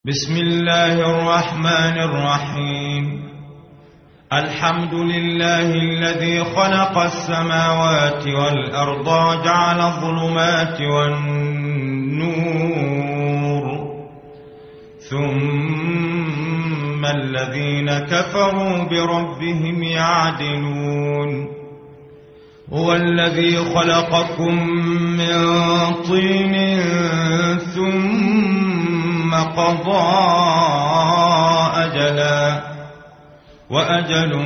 بسم الله الرحمن الرحيم. الحمد لله الذي خلق السماوات والأرض وجعل الظلمات والنور، ثم الذين كفروا بربهم يعدلون. هو الذي خلقكم من طين ثم قضى أجلا وأجل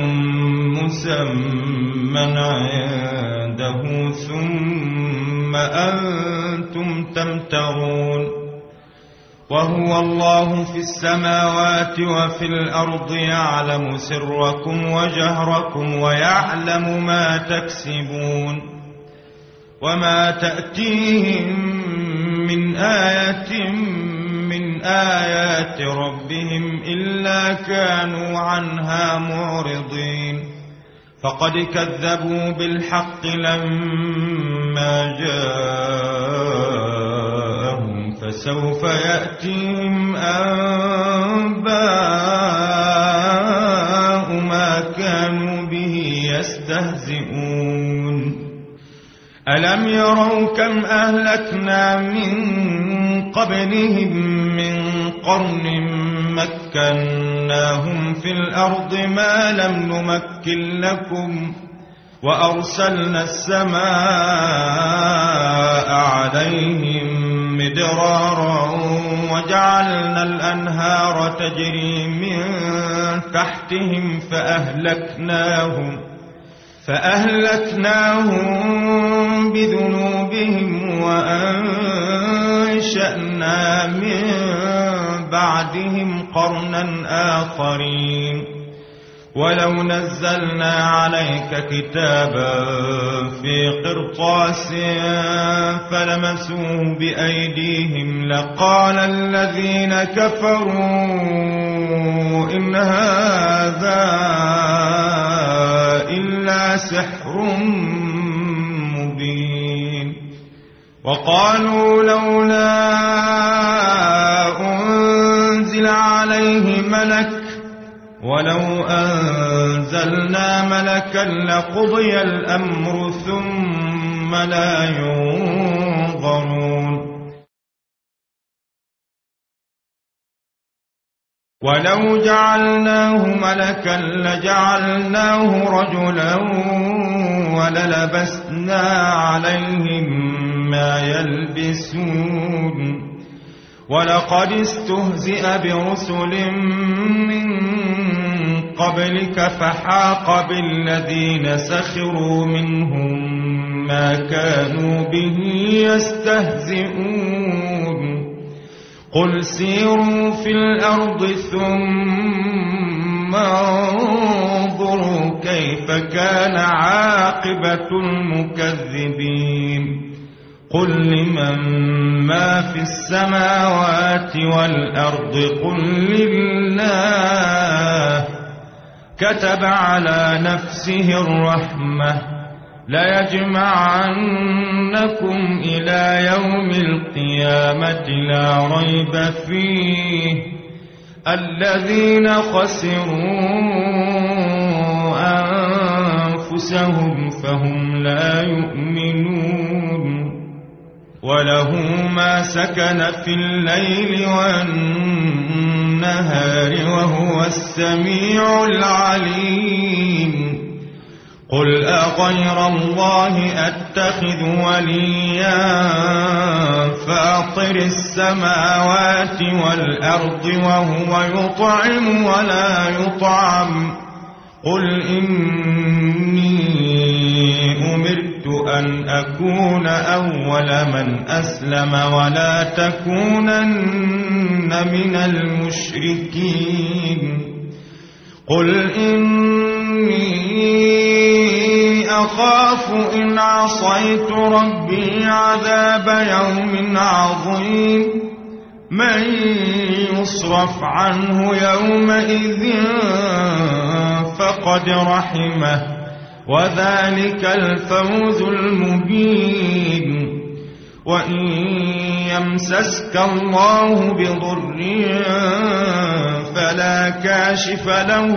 مسمى عنده ثم أنتم تمترون. وهو الله في السماوات وفي الأرض يعلم سركم وجهركم ويعلم ما تكسبون. وما تأتيهم من آية من آيات ربهم إلا كانوا عنها معرضين. فقد كذبوا بالحق لما جاءهم فسوف يأتيهم أنباء ما كانوا به يستهزئون. ألم يروا كم أهلكنا من قبلهم من قرن مكناهم في الأرض ما لم نمكن لكم، وأرسلنا السماء عليهم مدرارا وجعلنا الأنهار تجري من تحتهم فأهلكناهم بذنوبهم وأنشأنا من بعدهم قرنا آخرين. ولو نزلنا عليك كتابا في قرطاس فلمسوه بأيديهم لقال الذين كفروا إن هذا إلا سحر مبين. وقالوا لولا أنزل عليه ملك ولو أنزلنا ملكا لقضي الأمر ثم لا ينظرون. ولو جعلناه ملكا لجعلناه رجلا وللبسنا عليهم ما يلبسون. ولقد استهزئ برسل من قبلك فحاق بالذين سخروا منهم ما كانوا به يستهزئون. قل سيروا في الأرض ثم انظروا كيف كان عاقبة المكذبين. قل لمن ما في السماوات والأرض قل لله. كتب على نفسه الرحمة ليجمعنكم إلى يوم القيامة لا ريب فيه الذين خسروا أنفسهم فهم لا يؤمنون. وله ما سكن في الليل والنهار وهو السميع العليم. قل أغير الله أتخذ وليا فاطر السماوات والأرض وهو يطعم ولا يطعم. قل إني أمرت أن أكون أول من أسلم ولا تكونن من المشركين. قل إني أخاف إن عصيت ربي عذاب يوم عظيم. من يصرف عنه يومئذ فقد رحمه وذلك الفوز المبين. وإن يمسسك الله بضر فلا كاشف له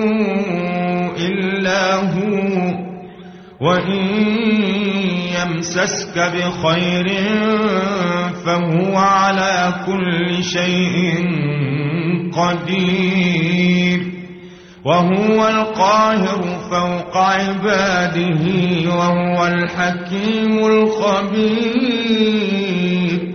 إلا هو، وإن يمسسك بخير فهو على كل شيء قدير، وهو القاهر فوق عباده، وهو الحكيم الخبير.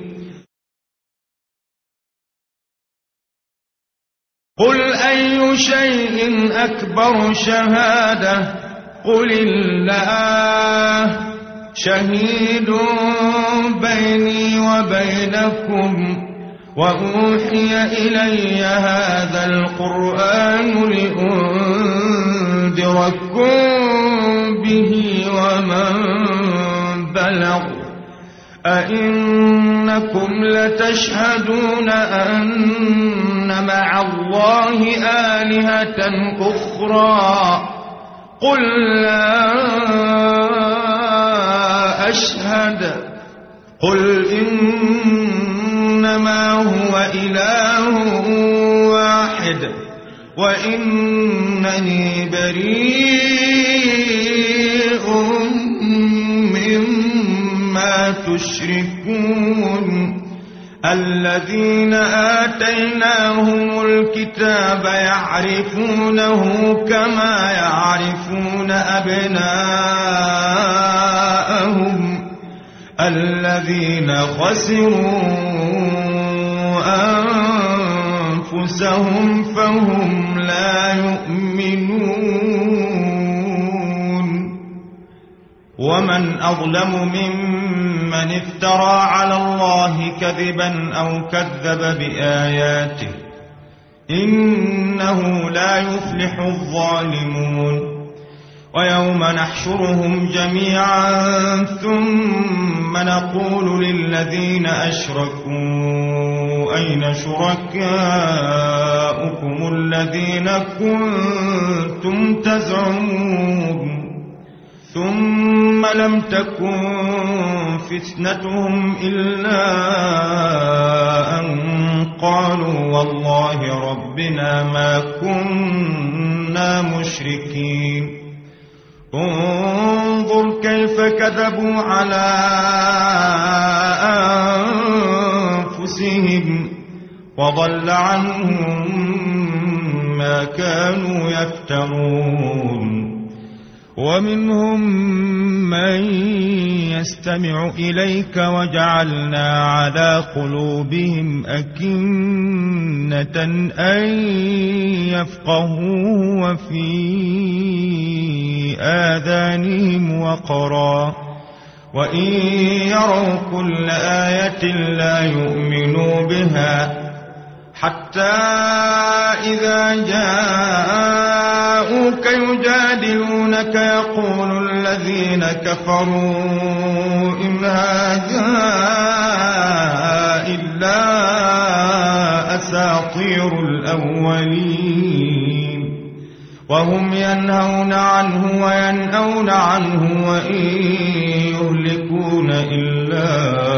قل أي شيء أكبر شهادة؟ قل الله شهيد بيني وبينكم، وأوحي إلي هذا القرآن لأنذركم به ومن بلغ. أئنكم لتشهدون أن مع الله آلهة أخرى؟ قل لا أشهد. قل إنما هو إله واحد وإنني بريء مما تشركون. الذين آتيناهم الكتاب يعرفونه كما يعرفون أبناءهم، الذين خسروا أنفسهم فهم لا يؤمنون. ومن أظلم ممن افترى على الله كذبا أو كذب بآياته، إنه لا يفلح الظالمون. ويوم نحشرهم جميعا ثم نقول للذين أشركوا أين شركاؤكم الذين كنتم تزعمون؟ ثم لم تكن فتنتهم إلا أن قالوا والله ربنا ما كنا مشركين. انظر كيف كذبوا على أنفسهم وضل عنهم ما كانوا يفترون. ومنهم من يستمع إليك وجعلنا على قلوبهم أكنة أن يفقهوا وفي آذانهم وقرا، وإن يروا كل آية لا يؤمنوا بها، حتى إذا جاءوك يجادلونك يقول الذين كفروا إن هذا إلا أساطير الأولين، وهم ينهون عنه وينأون عنه وإن يهلكون إلا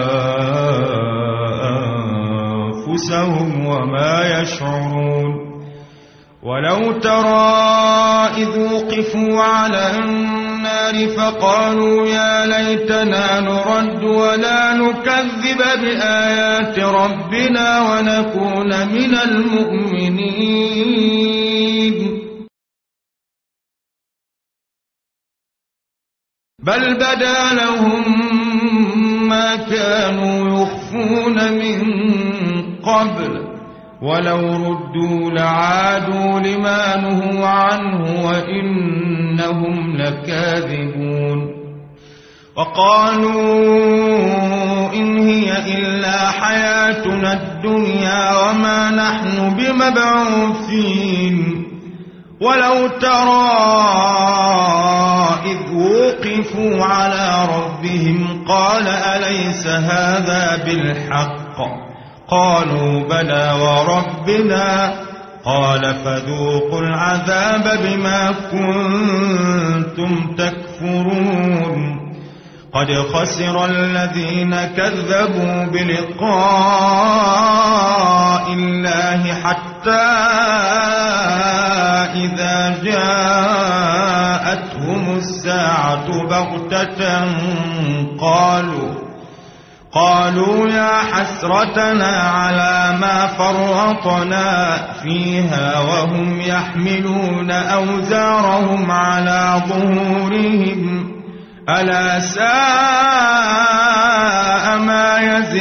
أنفسهم وما يشعرون. ولو ترى إذ وقفوا على النار فقالوا يا ليتنا نرد ولا نكذب بآيات ربنا ونكون من المؤمنين، بل بدا لهم ما كانوا يخفون من قبل، ولو ردوا لعادوا لما نهوا عنه وإنهم لكاذبون. وقالوا إن هي إلا حياتنا الدنيا وما نحن بمبعوثين. ولو ترى إذ وقفوا على ربهم قال أليس هذا بالحق؟ قالوا بلى وربنا. قال فذوقوا العذاب بما كنتم تكفرون. قد خسر الذين كذبوا بلقاء الله حتى إذا جاءتهم الساعة بغتة قالوا يا حسرتنا على ما فرطنا فيها وهم يحملون أوزارهم على ظهورهم ألا ساء ما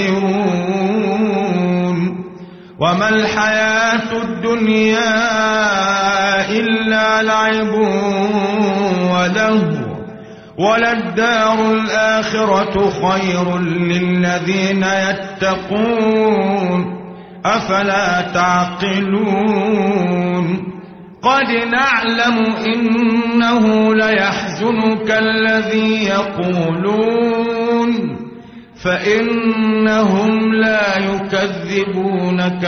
يزرون وما الحياة الدنيا إلا لعب ولهو وللدار الآخرة خير للذين يتقون أفلا تعقلون قد نعلم إنه ليحزنك الذي يقولون فإنهم لا يكذبونك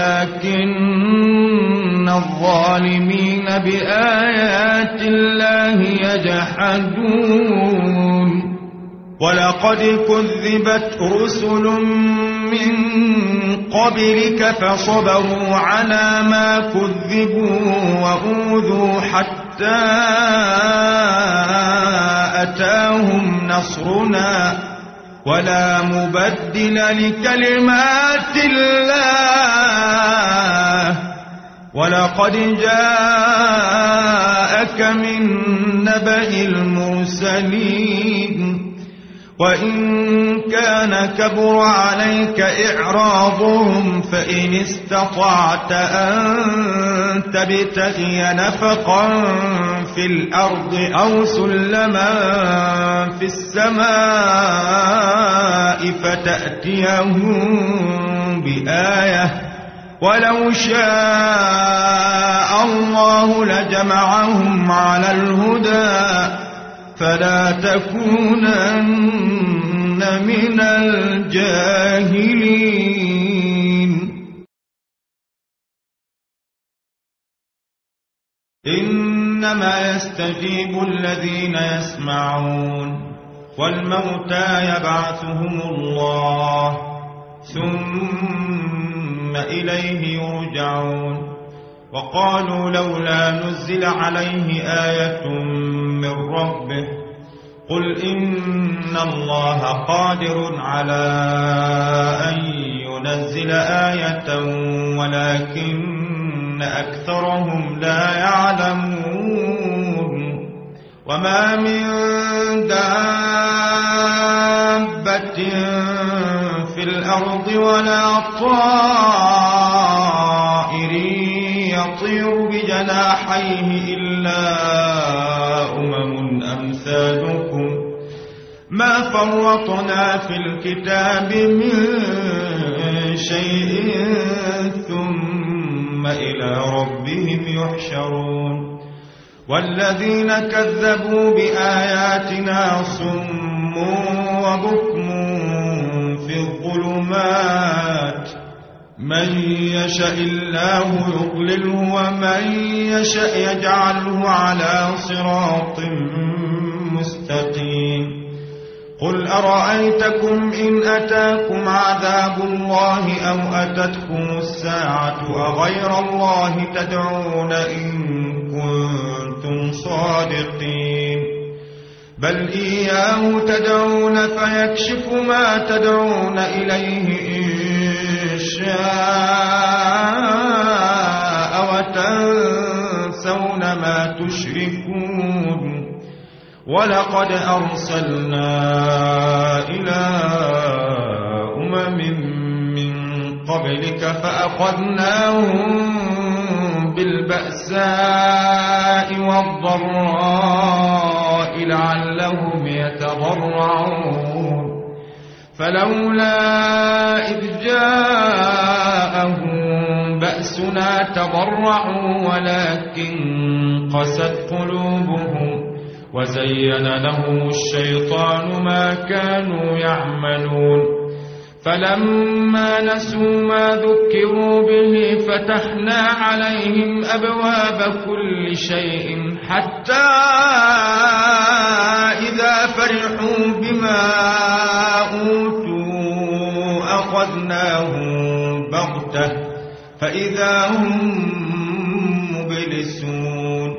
ولكن الظالمين بآيات الله يجحدون ولقد كذبت رسل من قبلك فصبروا على ما كذبوا وأوذوا حتى أتاهم نصرنا ولا مبدل لكلمات الله ولقد جاءك من نبأ المرسلين وإن كان كبر عليك إعراضهم فإن استطعت أن تبتغي نفقا في الأرض أو سلما في السماء فتأتيهم بآية ولو شاء الله لجمعهم على الهدى فلا تكونن من الجاهلين إنما يستجيب الذين يسمعون والموتى يبعثهم الله ثم إليه يرجعون وقالوا لولا نزل عليه آية من ربه قل إن الله قادر على أن ينزل آية ولكن أكثرهم لا يعلمون وما من دابة في الأرض ولا طائر يطير بجناحيه إلا أمثالكم ما فرطنا في الكتاب من شيء ثم إلى ربهم يحشرون والذين كذبوا بآياتنا صم وبكم في الظلمات من يشاء الله يضلله ومن يشاء يجعله على صراط مستقيم قل أرأيتكم إن أتاكم عذاب الله أو أتتكم الساعة أغير الله تدعون إن كنتم صادقين بل إياه تدعون فيكشف ما تدعون إليه إن شاء وتنسون ما تشركون ولقد أرسلنا إلى من قبلك فأخذناهم بالبأساء والضراء لعلهم يتضرعون فلولا إذ جاءهم بأسنا تضرعوا ولكن قست قلوبهم وزين لهم الشيطان ما كانوا يعملون فلما نسوا ما ذكروا به فتحنا عليهم أبواب كل شيء حتى إذا فرحوا بما أوتوا أخذناهم بغتة فإذا هم مبلسون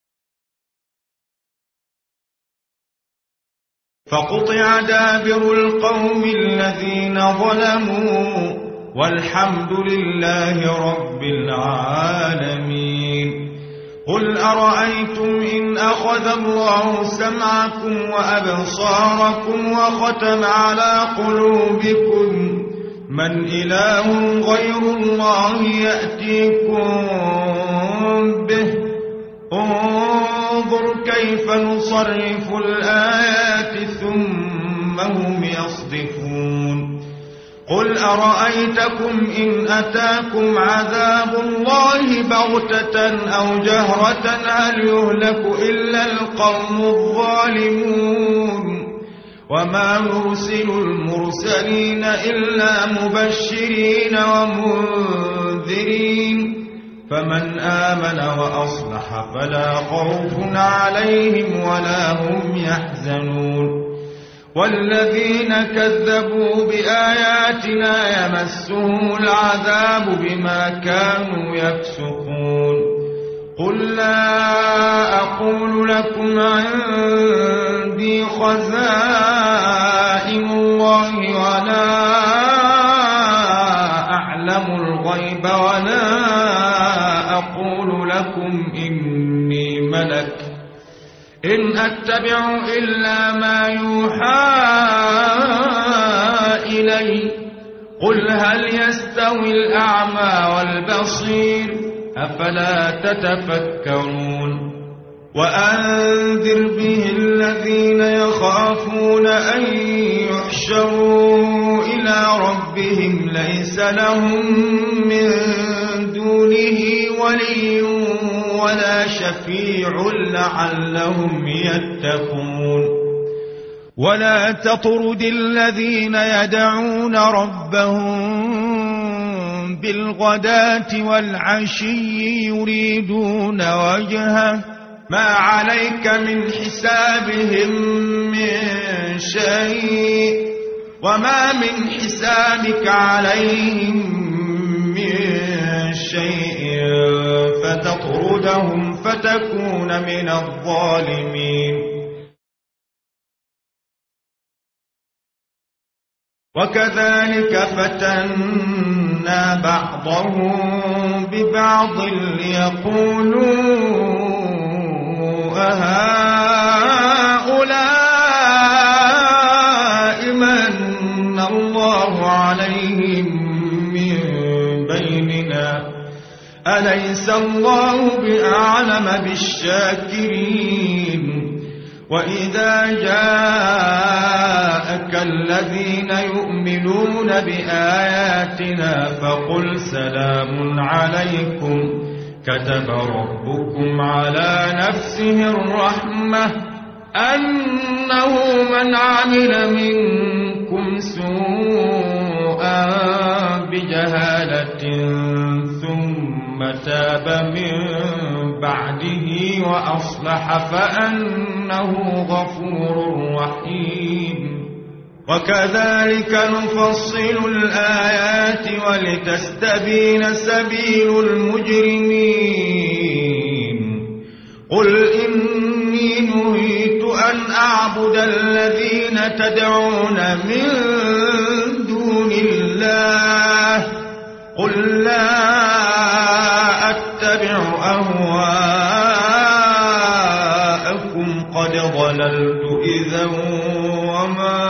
فقطع دابر القوم الذين ظلموا والحمد لله رب العالمين. قل أرأيتم إن أخذ الله سمعكم وأبصاركم وختم على قلوبكم من إله غير الله يأتيكم به انظر كيف نصرف الآيات ثم هم يصدفون. قل أرأيتكم إن أتاكم عذاب الله بغتة أو جهرة هل يهلك إلا القوم الظالمون. وما نرسل المرسلين إلا مبشرين ومنذرين فمن آمن وأصلح فلا خوف عليهم ولا هم يحزنون. والذين كذبوا بآياتنا يمسهم العذاب بما كانوا يفسقون. قل لا أقول لكم عندي خزائن الله ولا أعلم الغيب ولا أقول لكم إني ملك إن أتبع إلا ما يوحى إلي. قل هل يستوي الأعمى والبصير أفلا تتفكرون. وأنذر به الذين يخافون أن يحشروا إلى ربهم ليس لهم من دونه ولي ولا شفيع لعلهم يتقون. ولا تطرد الذين يدعون ربهم بالغداة والعشي يريدون وجهه ما عليك من حسابهم من شيء وما من حسابك عليهم من شيء فتطردهم فتكون من الظالمين. وكذلك فتنا بعضهم ببعض ليقولوا أهؤلاء من الله عليهم من بيننا أليس الله بأعلم بالشاكرين. وإذا جاءك الذين يؤمنون بآياتنا فقل سلام عليكم كتب ربكم على نفسه الرحمة أنه من عمل منكم سوءا بجهالة ثم تاب من بعده وأصلح فأنه غفور رحيم. وكذلك نفصل الآيات ولتستبين سبيل المجرمين. قل إني نهيت أن أعبد الذين تدعون من دون الله قل لا أتبع أهواءكم قد ضللت إذا وما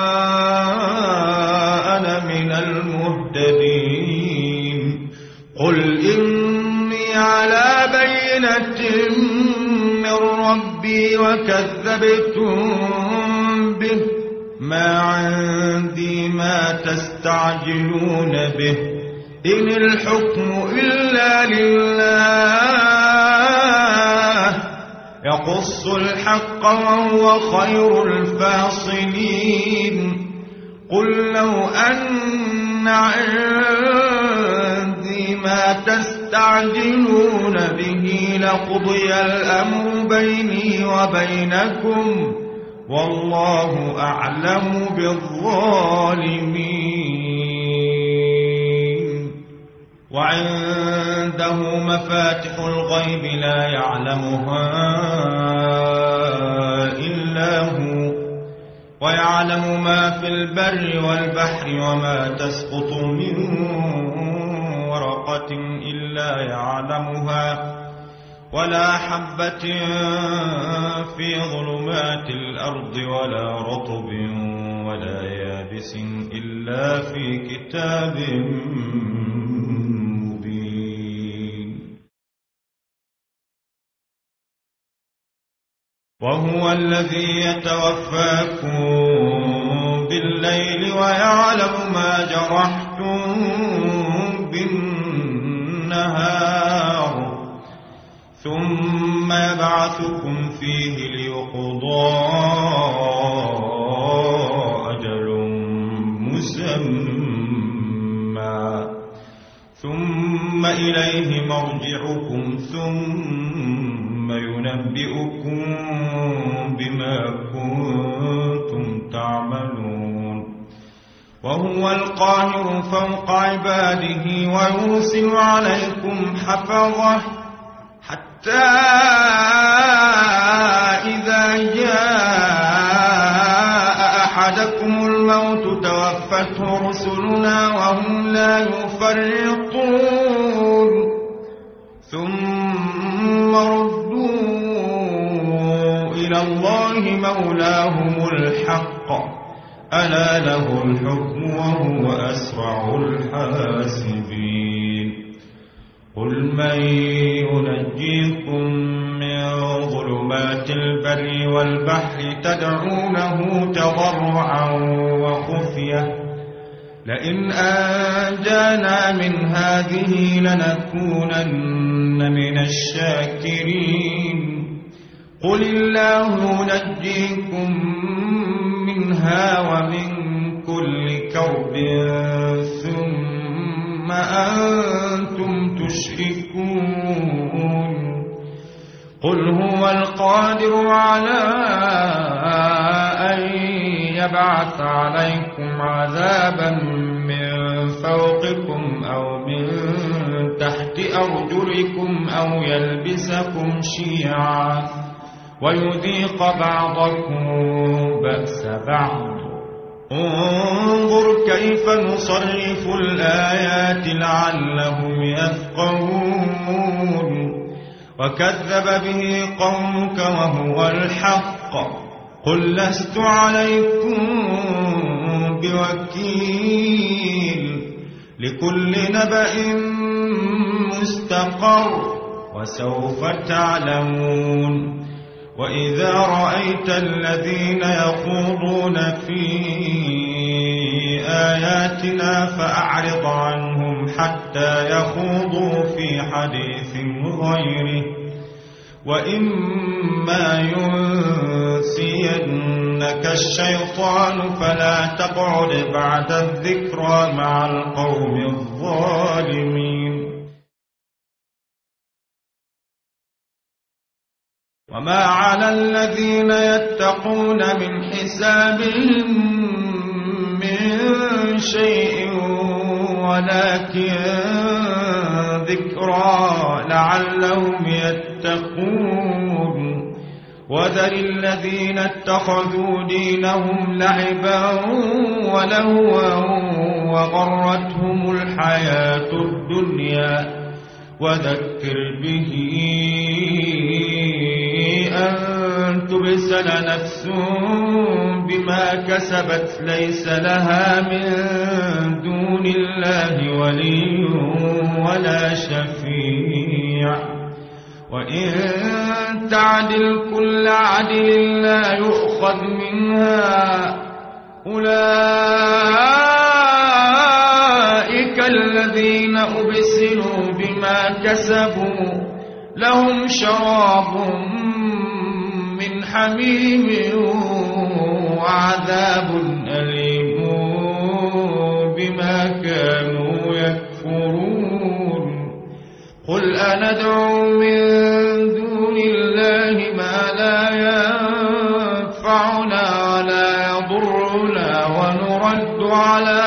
أنا من المهتدين. قل إني على بينة من ربي وكذبتم به ما عندي ما تستعجلون به إن الحكم إلا لله يقص الحق وهو خير الفاصلين. قل لو أن عندي ما تستعجلون تستعجلون به لقضي الأمر بيني وبينكم والله أعلم بالظالمين. وعنده مفاتح الغيب لا يعلمها إلا هو ويعلم ما في البر والبحر وما تسقط من ورقة إلا يعلمها ولا حبة في ظلمات الأرض ولا رطب ولا يابس إلا في كتاب مبين. وهو الذي يتوفاكم بالليل ويعلم ما جرحتم بالنهار ثم يبعثكم فيه ليقضى أجل مسمى ثم إليه مرجعكم ثم ينبئكم بما كنتم تعملون. وهو القاهر فوق عباده ويرسل عليكم حفظه حتى إذا جاء أحدكم الموت توفته رسلنا وهم لا يفرطون ثم ردوا إلى الله مولاهم الحق ألا له الحكم وهو أسرع الحاسبين. قل من ينجيكم من ظلمات البر والبحر تدعونه تضرعا وخفية لئن أنجانا من هذه لنكونن من الشاكرين. قل الله ينجيكم منها ومن كل كرب ثم أنتم تشركون. قل هو القادر على أن يبعث عليكم عذابا من فوقكم أو من تحت أرجلكم أو يلبسكم شيعا ويذيق بعضكم بأس بعض. انظر كيف نصرف الآيات لعلهم يفقهون. وكذب به قومك وهو الحق قل لست عليكم بوكيل لكل نبأ مستقر وسوف تعلمون. وإذا رأيت الذين يخوضون في آياتنا فأعرض عنهم حتى يخوضوا في حديث غيره وإما ينسينك الشيطان فلا تقعد بعد الذكرى مع القوم الظالمين. وما على الذين يتقون من حسابهم من شيء ولكن ذكرى لعلهم يتقون. وذر الذين اتخذوا دينهم لعبا ولهوا وغرتهم الحياة الدنيا وذكر به أن تبسل نفس بما كسبت ليس لها من دون الله ولي ولا شفيع وإن تعدل كل عدل لا يؤخذ منها أولئك الذين أبسلوا بما كسبوا لهم شراب من حميم وعذاب أليم بما كانوا يكفرون. قل أندعو من دون الله ما لا ينفعنا ولا يضرنا ونرد على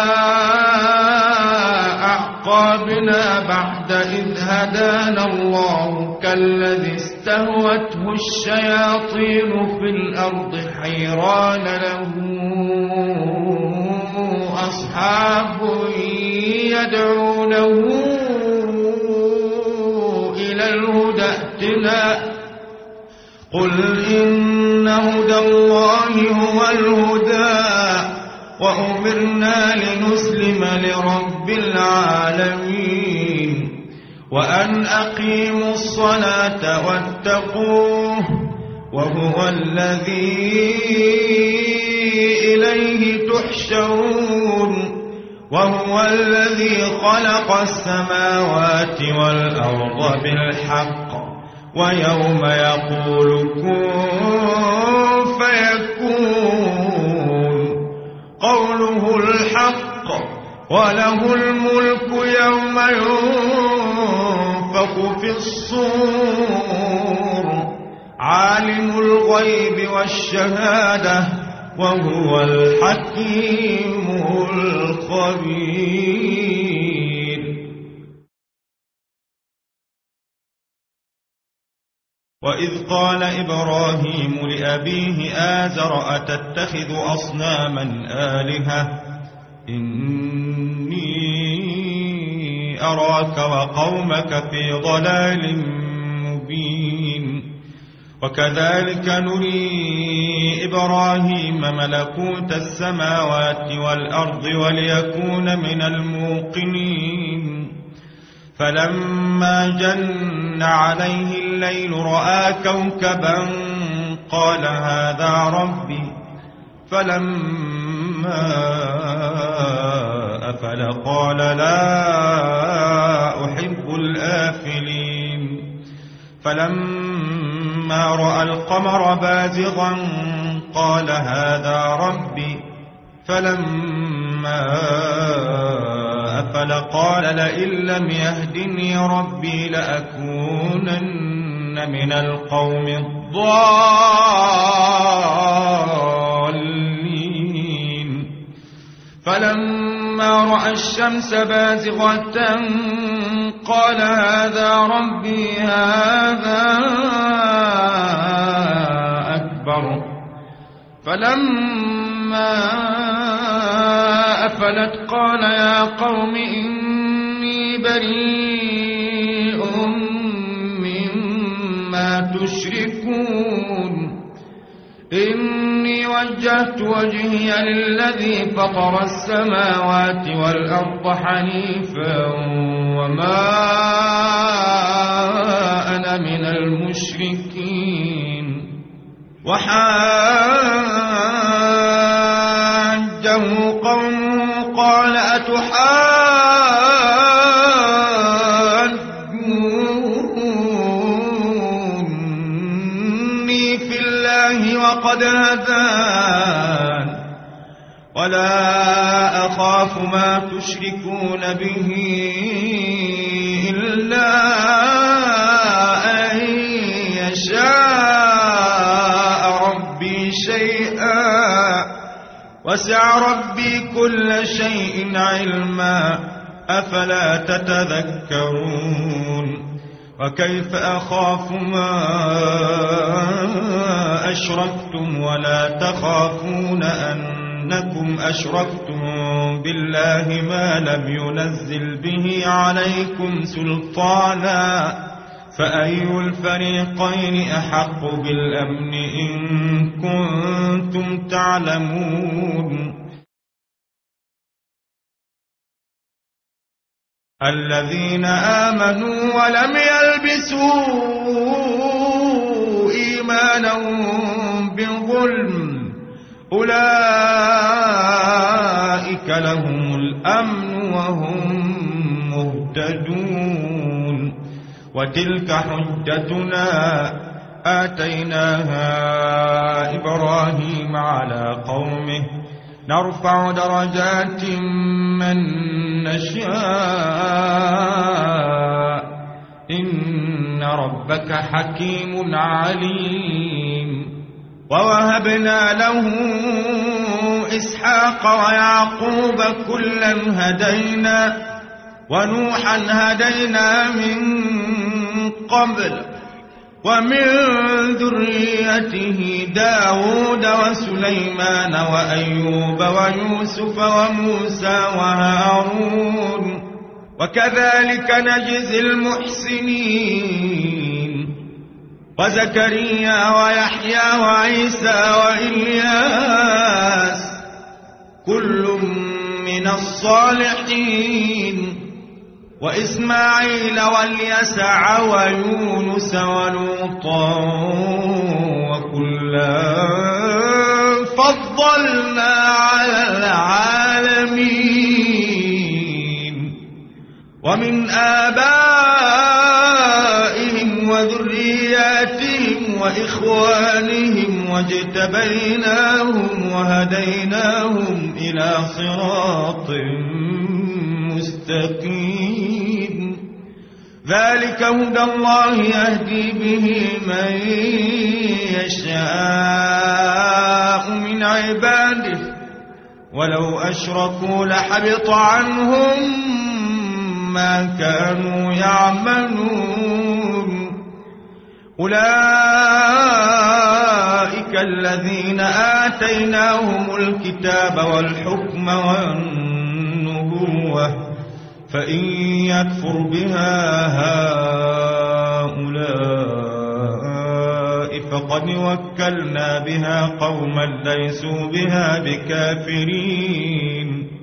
أعقابنا بعد إذ هدانا الله كالذي استهوته الشياطين في الأرض حيران له أصحاب يدعونه إلى الهدى ائتنا قل إن هدى الله هو الهدى وأمرنا لنسلم لرب العالمين وأن أقيموا الصلاة واتقوه وهو الذي إليه تحشرون وهو الذي خلق السماوات والأرض بالحق ويوم يقول كن فيكون قوله الحق وله الملك يوم ينفخ في الصور عالم الغيب والشهادة وهو الحكيم الخبير. وإذ قال إبراهيم لأبيه آزر أتتخذ أصناما آلهة إني أراك وقومك في ضلال مبين وكذلك نري إبراهيم ملكوت السماوات والأرض وليكون من الموقنين فلما جن عليه الليل رأى كوكبا قال هذا ربي فلما أفل قال لا أحب الآفلين فلما رأى القمر بازغا قال هذا ربي فلما أفل قال لئن لم يهدني ربي لأكونن من القوم الضالين فلما رأى الشمس بازغة قال هذا ربي هذا أكبر فلما أفلت قال يا قوم إني بريء مما تشركون إني وجهت وجهي للذي فطر السماوات والأرض حنيفا وما أنا من المشركين وحاجه قومه قال أتحاجوني في الله وقد هدان ولا أخاف ما تشركون به إلا أن يشاء ربي شيئا وسع ربي كل شيء علما أفلا تتذكرون وكيف أخاف ما أشركتم ولا تخافون أنكم أشركتم بالله ما لم ينزل به عليكم سلطانا فأي الفريقين أحق بالأمن إن كنتم تعلمون الذين آمنوا ولم يلبسوا إيمانهم بالظلم أولئك لهم الأمن وهم مهتدون وتلك حجتنا آتيناها إبراهيم على قومه نرفع درجات من نشاء ربك حكيم عليم. ووهبنا له إسحاق ويعقوب كلا هدينا ونوحا هدينا من قبل ومن ذريته داود وسليمان وأيوب ويوسف وموسى وهارون وكذلك نجزي المحسنين. وزكريا ويحيى وعيسى وإلياس كل من الصالحين وإسماعيل واليسع ويونس ولوطا وكلا فضلنا على العالمين. ومن آبائهم وذرياتهم وإخوانهم واجتبيناهم وهديناهم إلى صراط مستقيم. ذلك هدى الله يهدي به من يشاء من عباده ولو أشركوا لحبط عنهم ما كانوا يعملون. أولئك الذين آتيناهم الكتاب والحكم والنبوة فإن يكفر بها هؤلاء فقد وكلنا بها قوما ليسوا بها بكافرين.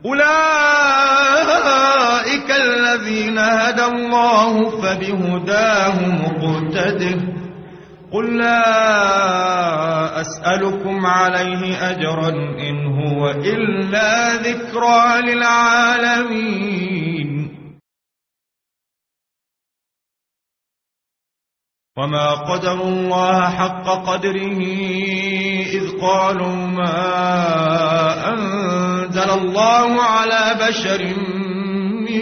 أولئك الذين هدى الله فبهداه مقتده. قل لا أسألكم عليه أجرا إن هو إلا ذكرى للعالمين. وما قدروا الله حق قدره إذ قالوا ما أنزل الله على بشر من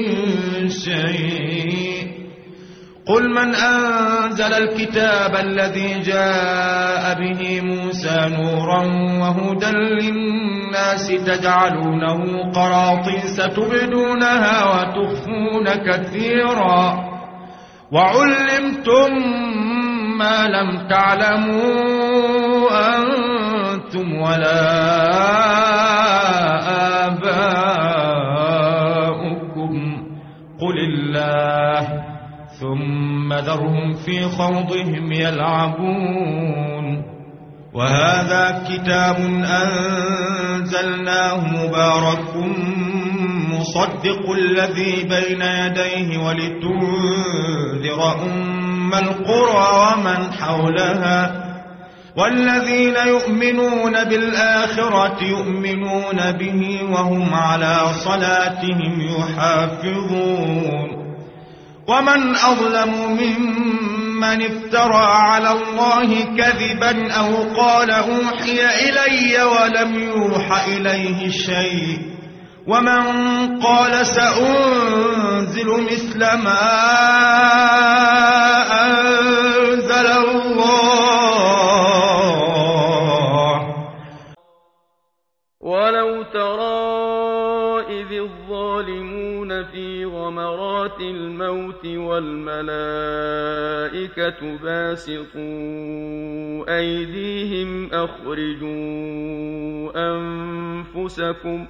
شيء. قل من أنزل الكتاب الذي جاء به موسى نورا وهدى للناس تجعلونه قراطيس تبدونها وتخفون كثيرا وعلمتم ما لم تعلموا أنتم ولا آباؤكم قل الله ثم ذرهم في خوضهم يلعبون. وهذا كتاب أنزلناه مبارك مصدق الذي بين يديه ولتنذر أم القرى ومن حولها والذين يؤمنون بالآخرة يؤمنون به وهم على صلاتهم يحافظون. ومن أظلم ممن افترى على الله كذبا أو قال أوحي إلي ولم يوح إليه شيء ومن قال سأنزل مثل ما أنزل الله. ولو ترى إذ الظالمون في غمرات الموت والملائكة باسطوا أيديهم أخرجوا أنفسكم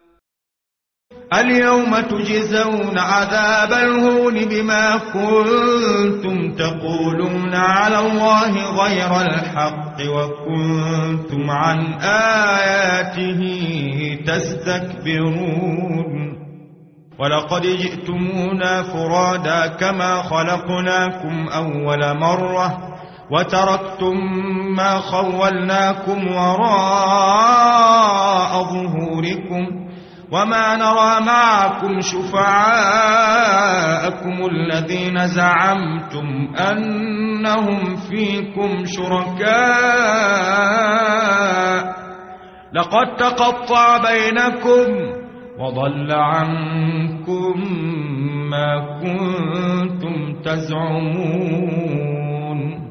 اليوم تجزون عذاب الهون بما كنتم تقولون على الله غير الحق وكنتم عن آياته تستكبرون. ولقد جئتمونا فرادا كما خلقناكم أول مرة وتركتم ما خولناكم وراء ظهوركم وما نرى معكم شفعاءكم الذين زعمتم أنهم فيكم شركاء لقد تقطع بينكم وضل عنكم ما كنتم كنتم تزعمون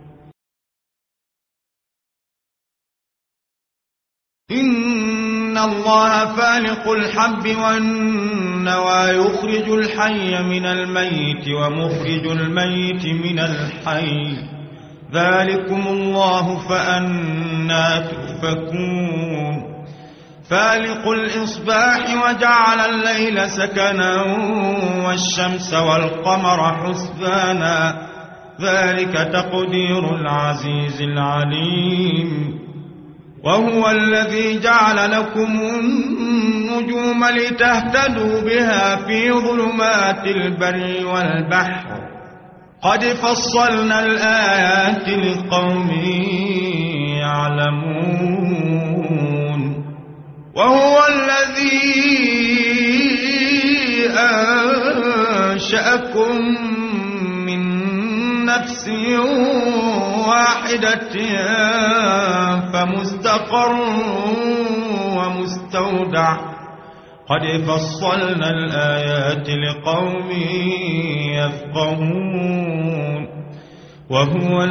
إن الله فالق الحب والنوى يخرج الحي من الميت ومخرج الميت من الحي ذلكم الله فأنى تؤفكون فالق الإصباح وجعل الليل سكنا والشمس والقمر حسبانا ذلك تقدير العزيز العليم وهو الذي جعل لكم النجوم لتهتدوا بها في ظلمات البر والبحر قد فصلنا الآيات لقوم يعلمون وهو الذي أنشأكم من نفس واحدة فمستقر ومستودع قد فصلنا الآيات لقوم يفقهون وهو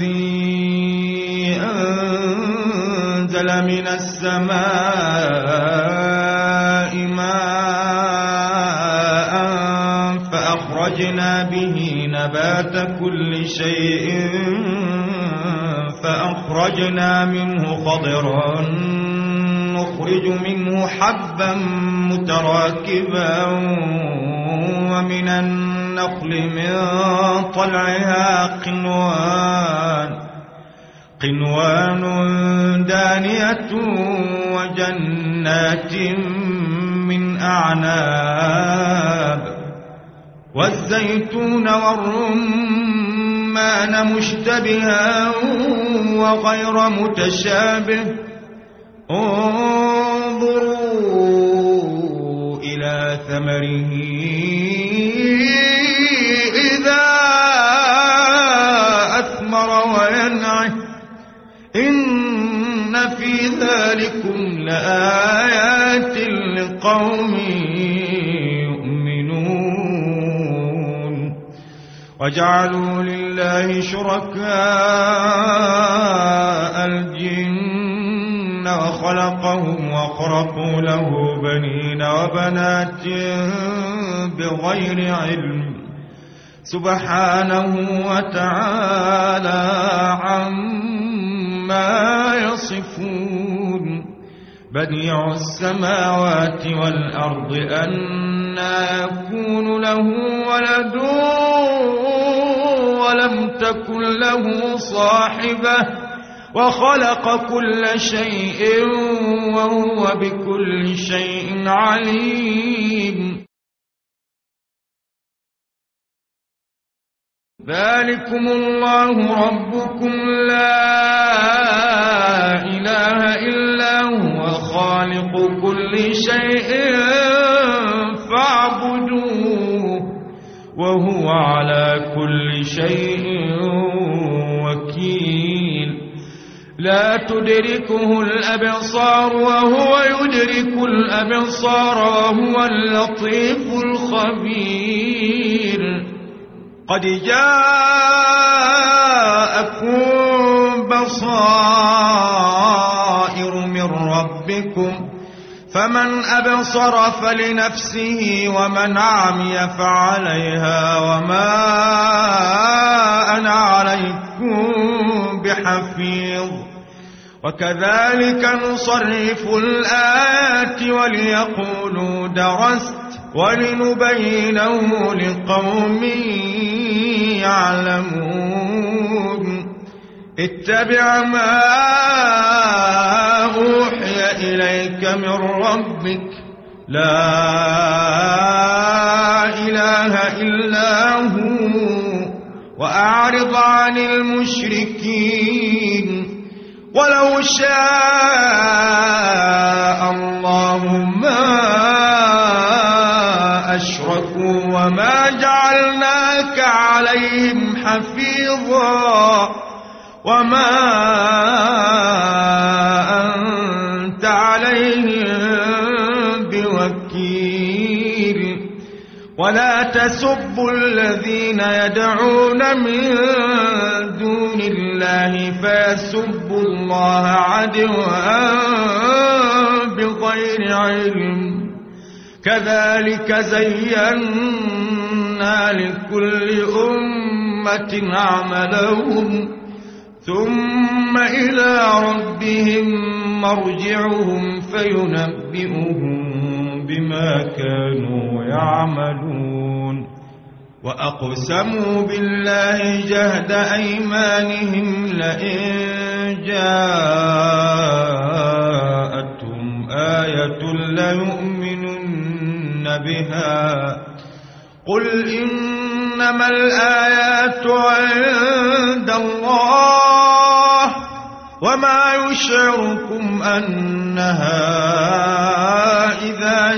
الذي أنزل من السماء ماء فأخرجنا به نبات كل شيء فأخرجنا منه خضرا نخرج منه حبا متراكبا ومن النخل من طلعها قنوان دانية وجنات من أعناب والزيتون والرمان مشتبها وغير متشابه انظروا إلى ثمره إذا أثمر وينعه إن في ذلكم لآيات لقوم يؤمنون وجعلوا لله شركاء الجن وخلقهم وخرقوا له بنين وبنات بغير علم سبحانه وتعالى عما يصفون بديع السماوات والأرض أنى يكون له ولد ولم تكن له صاحبة وخلق كل شيء وهو بكل شيء عليم ذلكم الله ربكم لا إله إلا هو خالق كل شيء فاعبدوه وهو على كل شيء وكيل لا تدركه الأبصار وهو يدرك الأبصار وهو اللطيف الخبير قد جاءكم بصائر من ربكم فمن أبصر فلنفسه ومن عمي فعليها وما أنا عليكم بحفيظ وكذلك نصرف الآيات وليقولوا درست ولنبينه لقوم يعلمون اتبع ما أوحي إليك من ربك لا إله إلا هو وأعرض عن المشركين ولو شاء الله ما أشركوا وما جعلناك عليهم حفيظا وما أنت عليهم بوكيل ولا تسبوا الذين يدعون من دون الله فيسبوا الله عدوا بغير علم كذلك زينا لكل أمة عملهم ثم إلى ربهم مرجعهم فينبئهم بما كانوا يعملون وأقسموا بالله جهد أيمانهم لئن جاءتهم آية ليؤمنن بها قل إنما الآيات عند الله وما يشعركم أنها إذا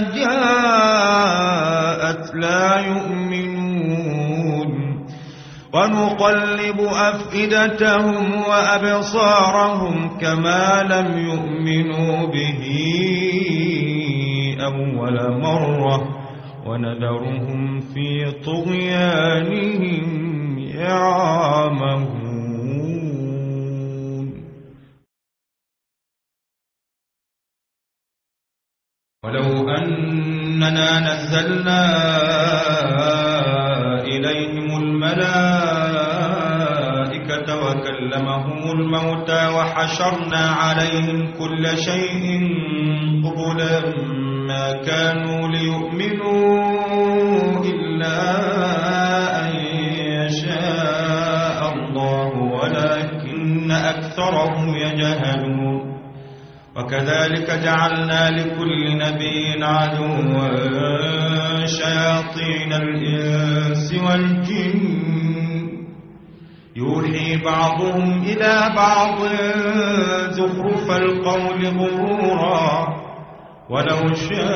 جاءت لا يؤمنون ونقلب أفئدتهم وأبصارهم كما لم يؤمنوا به أول مرة ونذرهم في طغيانهم يعمهون ولو أننا نزلنا إليهم الملائكة وكلمهم الموتى وحشرنا عليهم كل شيء قبلا ما كانوا ليؤمنوا إلا أن يشاء الله ولكن أكثرهم يجهلون وكذلك جعلنا لكل نبي عدوا شياطين الإنس والجن يوحي بعضهم إلى بعض زخرف القول غرورا ولو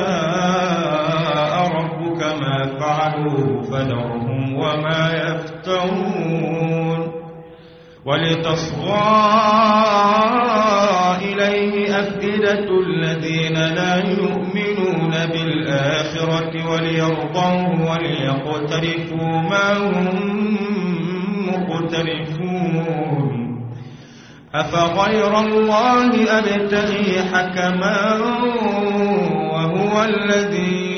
شاء ربك ما فعلوه فذرهم وما يفترون ولتصغى إليه أفئدة الذين لا يؤمنون بالآخرة وليرضوه وليقترفوا ما هم مقترفون أفغير الله أبتغي حكما وهو الذي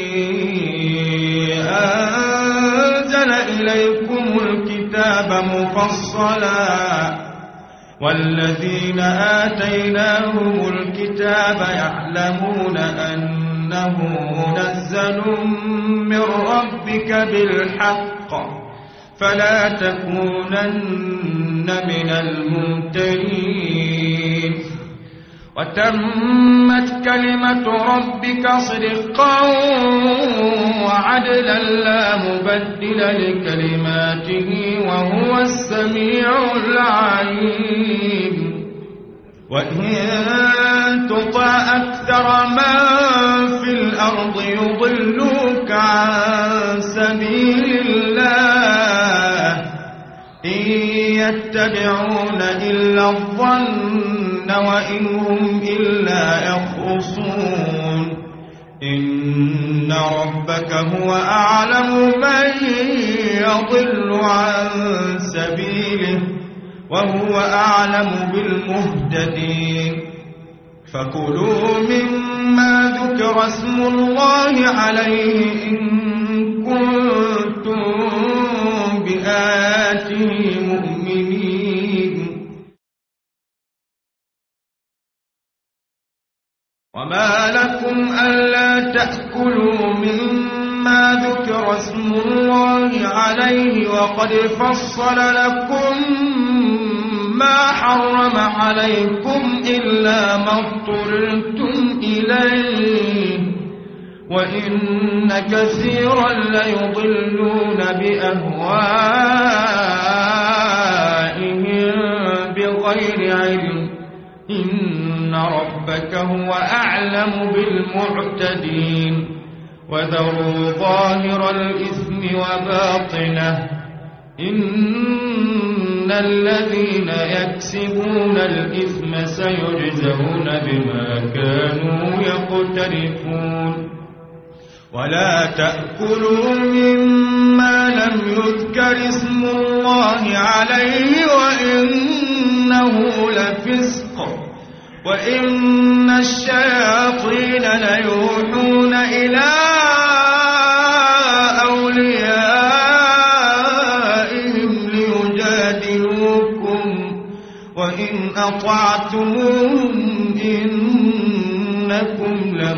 أنزل إليكم الكتاب مفصلا والذين آتيناهم الكتاب يعلمون أنه منزل من ربك بالحق فلا تكونن من الممترين وتمت كلمة ربك صدقا وعدلا لا مبدل لكلماته وهو السميع العليم وإن تطع أكثر من في الأرض يضلوك عن سبيل الله إن يتبعون إلا الظن وإن هم إلا يخرصون إن ربك هو أعلم من يضل عن سبيله وهو أعلم بالمهتدين فكلوا مما ذكر اسم الله عليه إن كنتم بآياته مؤمنين وما لكم ألا تأكلوا مما ذكر اسم الله عليه وقد فصل لكم ما حرم عليكم إلا ما اضطررتم إليه وإن كثيرا ليضلون بأهوائهم بغير علم إن ربك هو أعلم بالمعتدين وذروا ظاهر الإثم وباطنه إن الذين يكسبون الإثم سيجزون بما كانوا يقترفون ولا تأكلوا مما لم يذكر اسم الله عليه وإنه لفسق وإن الشياطين ليوحون إلى أوليائهم ليجادلوكم وإن أطعتموهم إنكم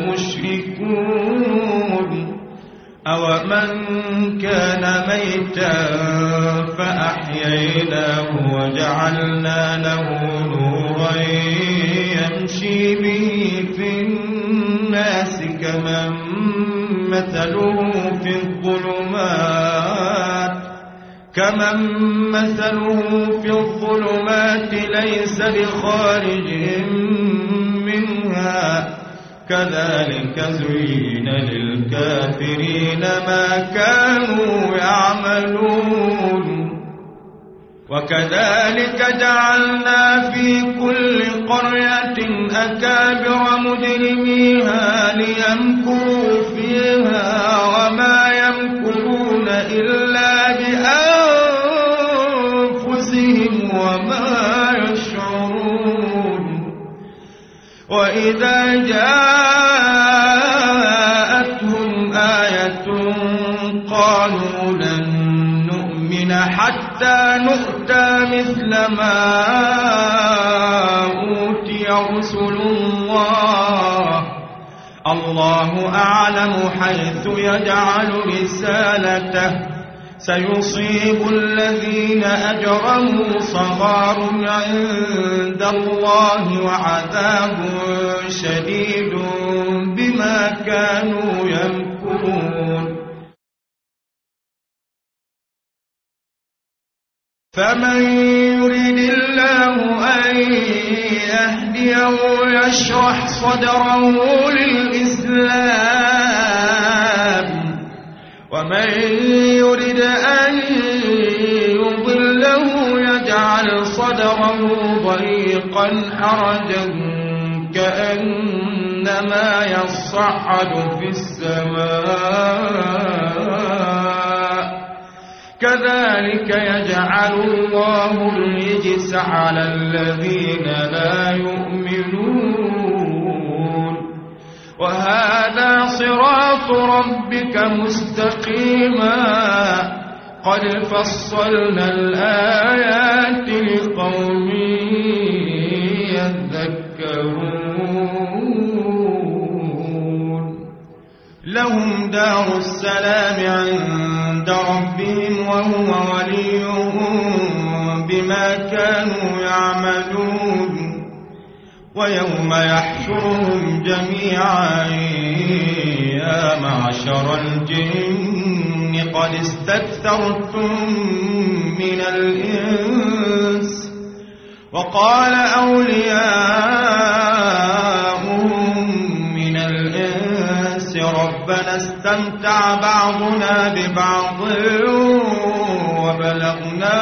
لمشركون أومن كان ميتا فأحييناه وجعلنا له نورا يمشي به في الناس كمن مثله في الظلمات ليس بخارج منها كذلك زين للكافرين ما كانوا يعملون وكذلك جعلنا في كل قرية أكابر مجرميها ليمكروا فيها وما يمكرون إلا بأنفسهم وما يشعرون وإذا جاءتهم آية قالوا لن نؤمن حتى نؤتى مثل ما أوتي رسل الله أعلم حيث يجعل رسالته سيصيب الذين أجرموا صغار عند الله وعذاب شديد بما كانوا يمكرون فمن يريد الله أن يهديه يشرح صدره للإسلام ومن يريد أن يضله يجعل صدره ضيقا حرجا كأنما يصعد في السماء كذلك يجعل الله الرجس على الذين لا يؤمنون وهذا صراط ربك مستقيما قد فصلنا الآيات لقوم يذكرون لهم دار السلام عند ربهم وهو وليهم بما كانوا يعملون ويوم يحشرهم جميعا يا معشر الجن قد استكثرتم من الإنس وقال أولياؤهم من الإنس ربنا استمتع بعضنا ببعض وبلغنا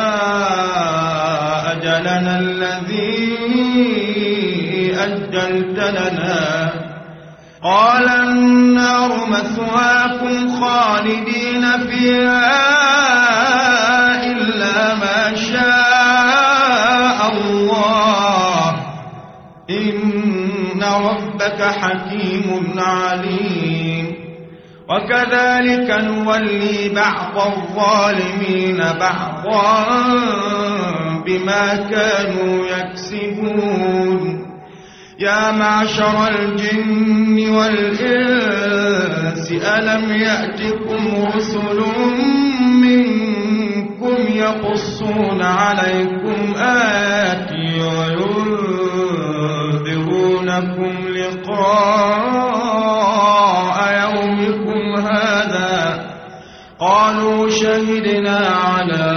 أجلنا الذي أجلت لنا قال النار مثواكم خالدين فيها إلا ما شاء الله إن ربك حكيم عليم وكذلك نولي بعض الظالمين بعضا بما كانوا يكسبون يا معشر الجن والإنس ألم يأتكم رسل منكم يقصون عليكم آياتي وينذرونكم لقاء يومكم هذا قالوا شهدنا على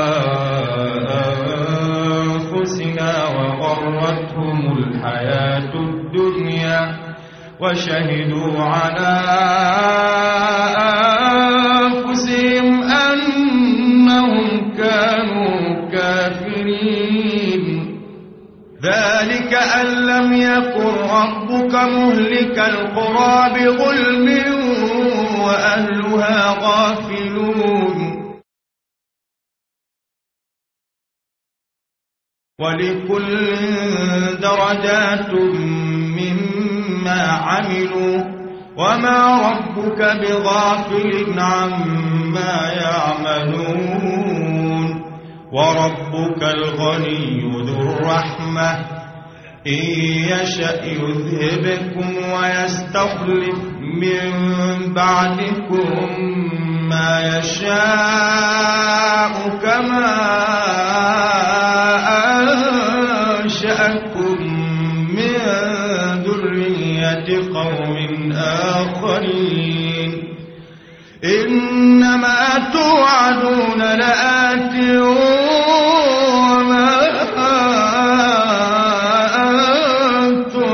أنفسنا وغرتهم الحياة الدنيا وشهدوا على أنفسهم أنهم كانوا كافرين ذلك أن لم يكن ربك مهلك القرى بظلم وأهلها غافلون ولكل درجات مما عملوا وما ربك بغافل عما يعملون وربك الغني ذو الرحمة إن يشأ يذهبكم ويستخلف من بعدكم ما يشاء كما أنشأكم من ذرية قوم آخرين إنما توعدون لآت وما أنتم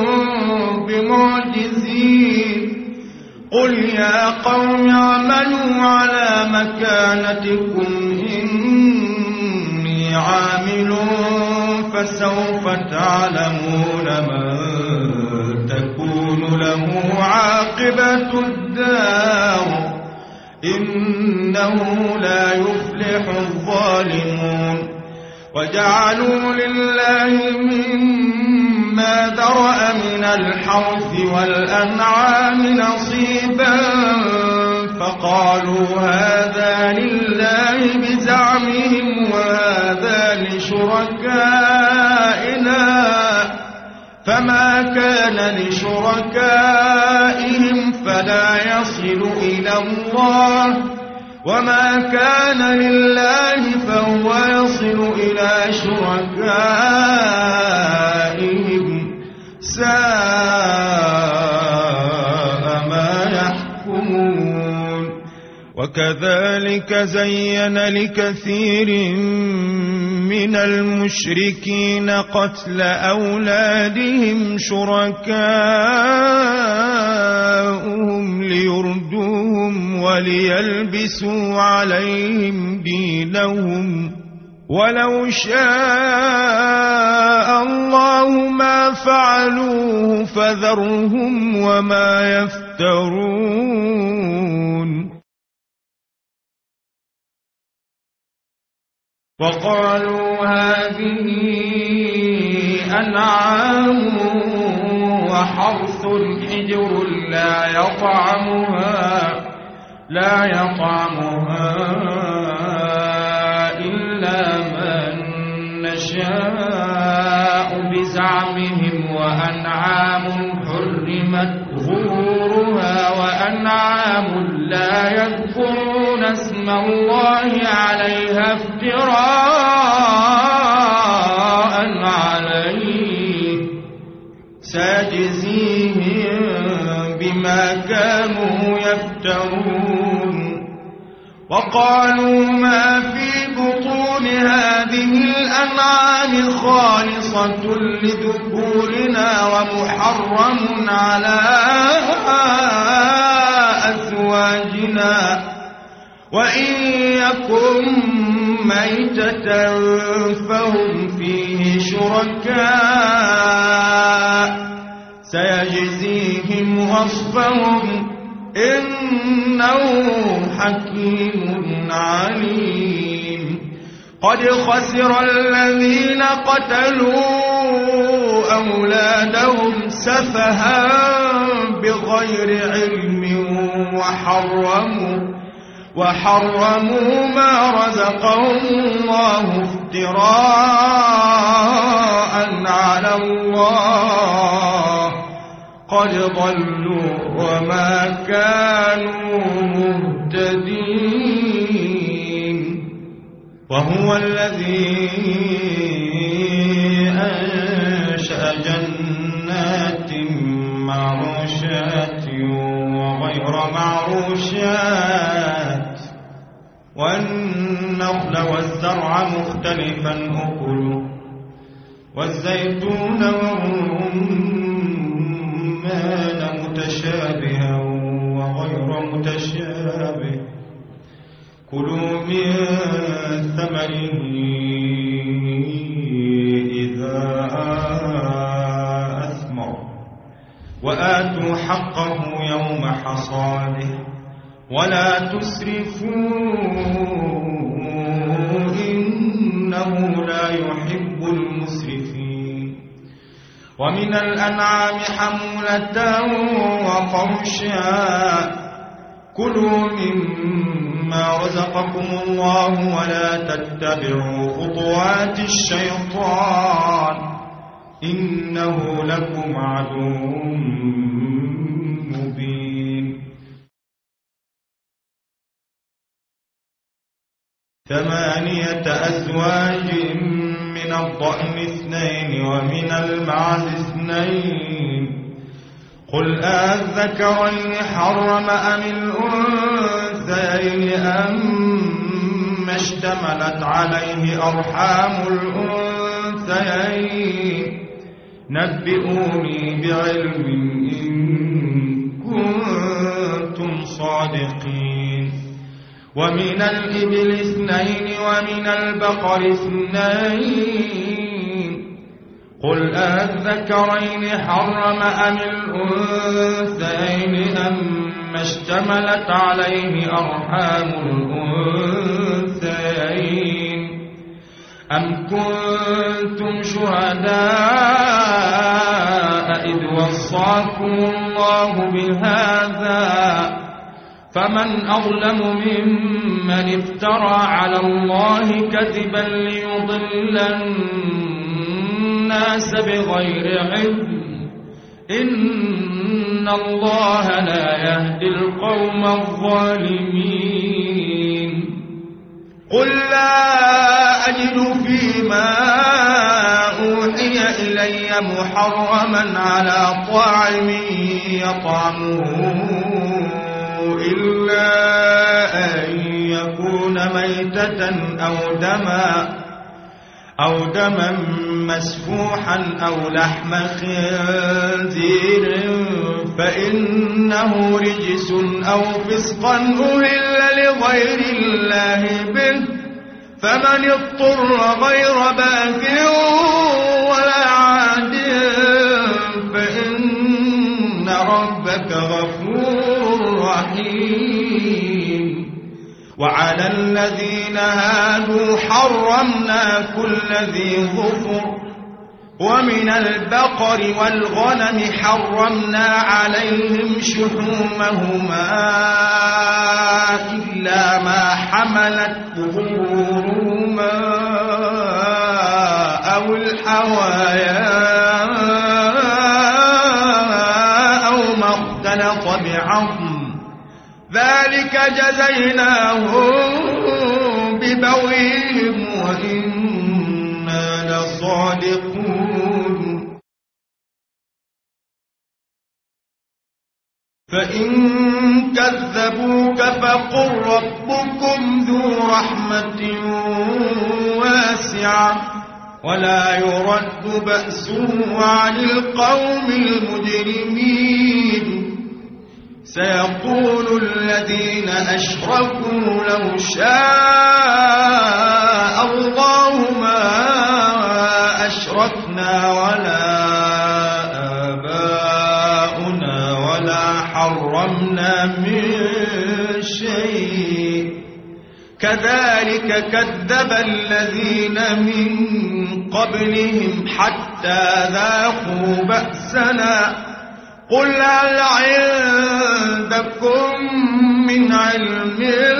بمعجزين قل يا قوم اعملوا على مكانتكم إني عامل فسوف تعلمون من تكون له عاقبة الدار إنه لا يفلح الظالمون وجعلوا لله مما ذرأ من الحرث والأنعام نصيبا فقالوا هذا لله بزعمهم وهذا لشركائنا فما كان لشركائهم فلا يصل إلى الله وما كان لله فهو يصل إلى شركائهم ساء ما يحكمون وكذلك زين لكثير من المشركين قتل أولادهم شركاؤهم ليردوهم وليلبسوا عليهم دينهم ولو شاء الله ما فعلوه فذرهم وما يفترون وقالوا هذه أنعام وحرث حجر لا يطعمها إلا من نشاء بزعمهم وأنعام حرمت ظهورها وأنعام لا يذكرون اسم الله عليها افتراء عليه سيجزيهم بما كانوا يفترون وقالوا ما في بطون هذه الأنعام خالصة لذكورنا ومحرم على أزواجنا وإن يكن ميتة فهم فيه شركاء سيجزيهم وصفهم إنه حكيم عليم قد خسر الذين قتلوا أولادهم سفها بغير علم وحرموا ما رزقهم الله افتراء على الله قد ضلوا وما كانوا مهتدين وهو الذي أنشأ جنات معروشات وغير معروشات والنخل والزرع مختلفا أكله والزيتون والرمان متشابها وغير متشابه كلوا من ثمره إذا أثمر وآتوا حقه يوم حصاده ولا تسرفوا إنه لا يحب المسرفين ومن الأنعام حمولة وفرشا كلوا مما رزقكم الله ولا تتبعوا خطوات الشيطان إنه لكم عدو مبين 8 أزواج من الضأن 2 ومن المعز 2 قل أذكرين حرم أم الأنثيين أما اشتملت عليه أرحام الأنثيين نبئوني بعلم إن كنتم صادقين ومن الإبل 2 ومن البقر 2 قل أذكرين حرم أم الأنثيين أما اشتملت عليه أرحام الأنثيين أم كنتم شهداء إذ وصاكم الله بهذا فمن أظلم ممن افترى على الله كذبا ليضل الناس بغير علم إن الله لا يهدي القوم الظالمين قل لا أجد فيما أوحي إلي محرما على طاعم يطعمه إلا أن يكون ميتة أو دما مسفوحا أو لحم خنزير فإنه رجس أو فسقا أهل لغير الله به فمن اضطر غير باغ ولا عاد فإن ربك غفور رحيم وعلى الذين هادوا حرمنا كل ذي ظفر ومن البقر والغنم حرمنا عليهم شحومهما إلا ما حملت ظهورهما أو الحوايا أو ما اختلط بعظم ذلك جزيناهم ببغيهم وإنا لصادقون فإن كذبوك فقل ربكم ذو رحمة واسعة ولا يرد بأسه عن القوم المجرمين سيقول الذين أشركوا لو شاء الله ما أشركنا ولا آباؤنا ولا حرمنا من شيء كذلك كذب الذين من قبلهم حتى ذاقوا بأسنا قل هل عندكم من علم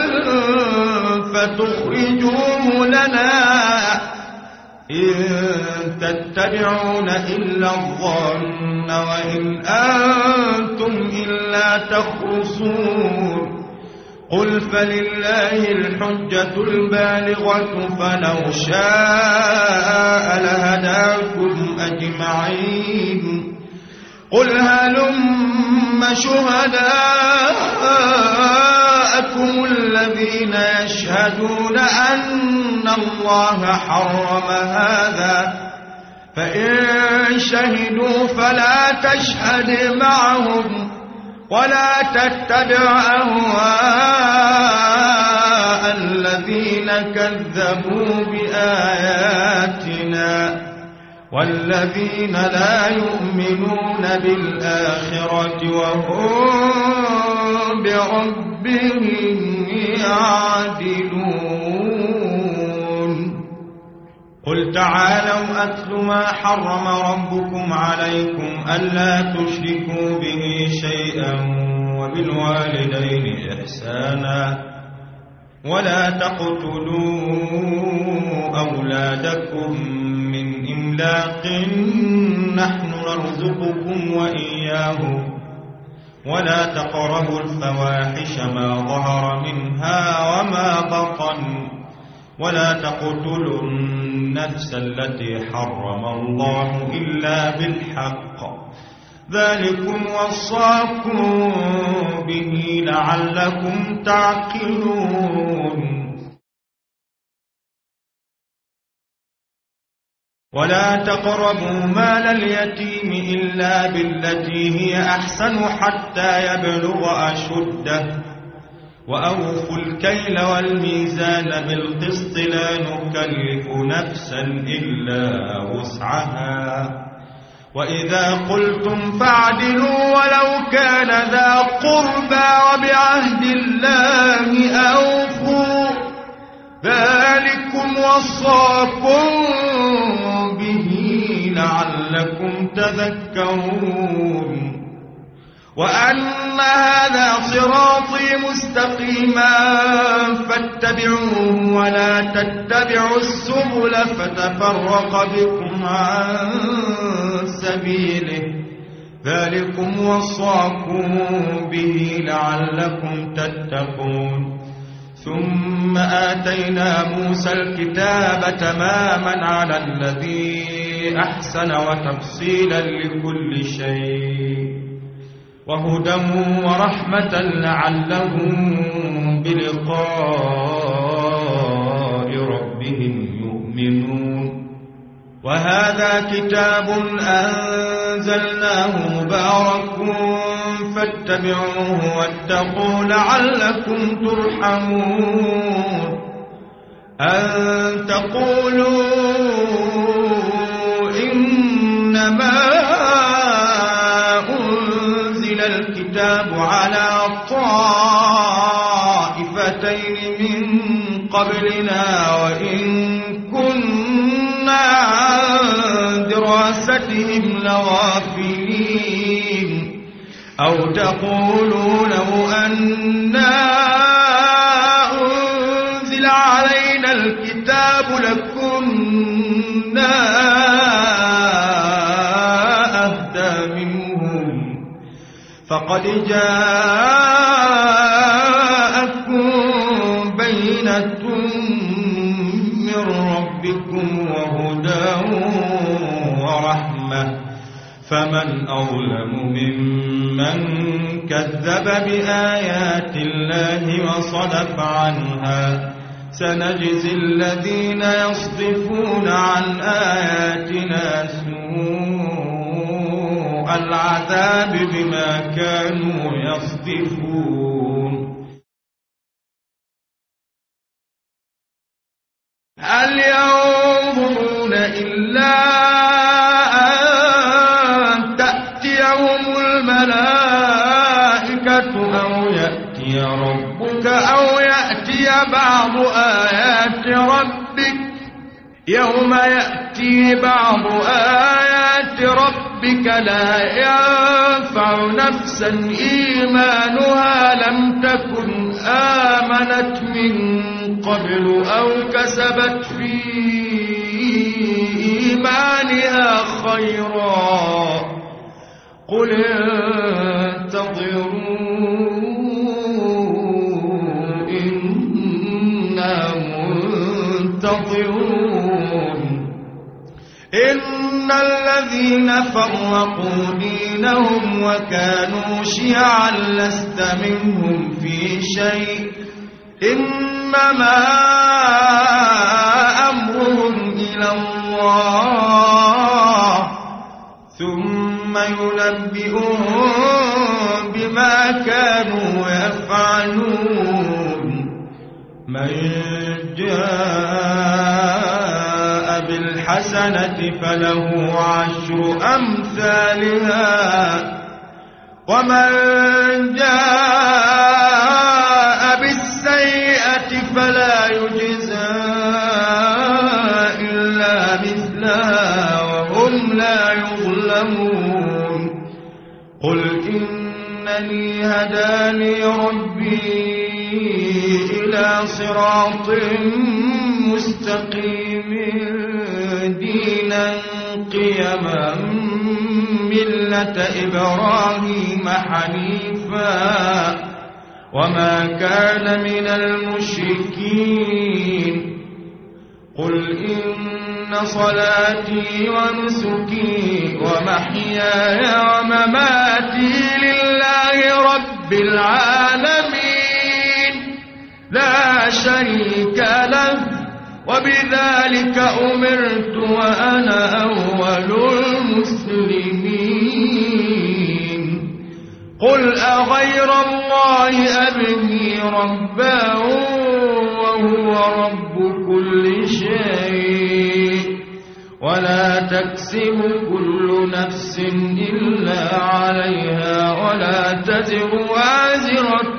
فتخرجوه لنا إن تتبعون إلا الظن وإن أنتم إلا تخرصون قل فلله الحجة البالغة فلو شاء لهداكم أجمعين قل هلم شهداءكم الذين يشهدون أن الله حرم هذا فإن شهدوا فلا تشهد معهم ولا تتبع أهواء الذين كذبوا بآياتنا والذين لا يؤمنون بالآخرة وهم بربهم ربهم يعدلون قل تعالوا أتل ما حرم ربكم عليكم ألا تشركوا به شيئا وبالوالدين إحسانا ولا تقتلوا أولادكم من إملاق نحن نرزقكم وإياهم ولا تقربوا الفواحش ما ظهر منها وما بطن ولا تقتلوا النفس التي حرم الله إلا بالحق ذلكم وصاكم به لعلكم تعقلون ولا تقربوا مال اليتيم إلا بالتي هي أحسن حتى يبلغ أشده وأوفوا الكيل والميزان بالقسط لا نكلف نفسا إلا وسعها وإذا قلتم فاعدلوا ولو كان ذا قربى وبعهد الله أوفوا ذلكم وصاكم به لعلكم تذكرون وأن هذا صراطي مستقيما فاتبعوه ولا تتبعوا السبل فتفرق بكم عن سبيله ذلكم وصاكم به لعلكم تتقون ثم آتينا موسى الكتاب تماما على الذي أحسن وتفصيلا لكل شيء وهدى ورحمة لعلهم بلقاء ربهم يؤمنون وهذا كتاب أنزلناه مبارك فاتبعوه واتقوا لعلكم ترحمون أن تقولوا إنما أنزل الكتاب على طائفتين من قبلنا وإن كنا عن دراستهم لغافلين أو تقولوا لو أنا أنزل علينا الكتاب لكنا أهدى منهم فقد جاءكم بينة من ربكم وهدى ورحمة فمن أظلم ممن كذب بآيات الله وصدف عنها سنجزي الذين يصدفون عن آياتنا سوء العذاب بما كانوا يصدفون هل ينظرون إلا أن تأتيهم الملائكة أو يأتي ربك أو يأتي بعض آيات ربك يوم يأتي بعض آيات ربك لا ينفع نفسا إيمانها لم تكن آمنت من قبل أو كسبت في إيمانها خيرا قل انتظروا إنا منتظرون إن الذين فرقوا دينهم وكانوا شيعا لست منهم في شيء إنما أمرهم إلى الله ثم ينبئهم بما كانوا يفعلون من جاء بالحسنة فله عشر أمثالها ومن جاء إنني هداني ربي إلى صراط مستقيم دينا قيما ملة إبراهيم حنيفا وما كان من المشركين قل إن صلاتي ونسكي ومحياي ومماتي لله رب العالمين لا شريك له وبذلك أمرت وأنا أول المسلمين قل أغير الله أبغي ربا وهو رب كل شيء ولا تكسب كل نفس إلا عليها ولا تزر وازرة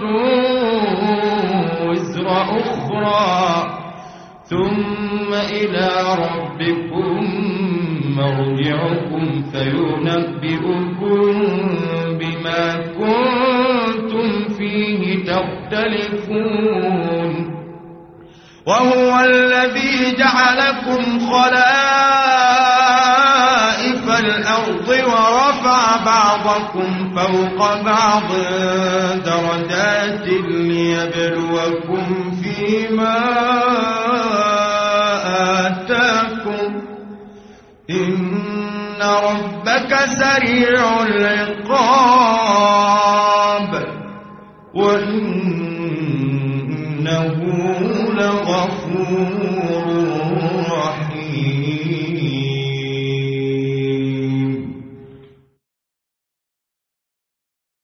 وزر أخرى ثم إلى ربكم مرجعكم فينبئكم بما كنتم فيه تختلفون وهو الذي جعلكم خلائف الأرض ورفع بعضكم فوق بعض درجات ليبلوكم فيما آتاكم إن ربك سريع العقاب وإنه لغفور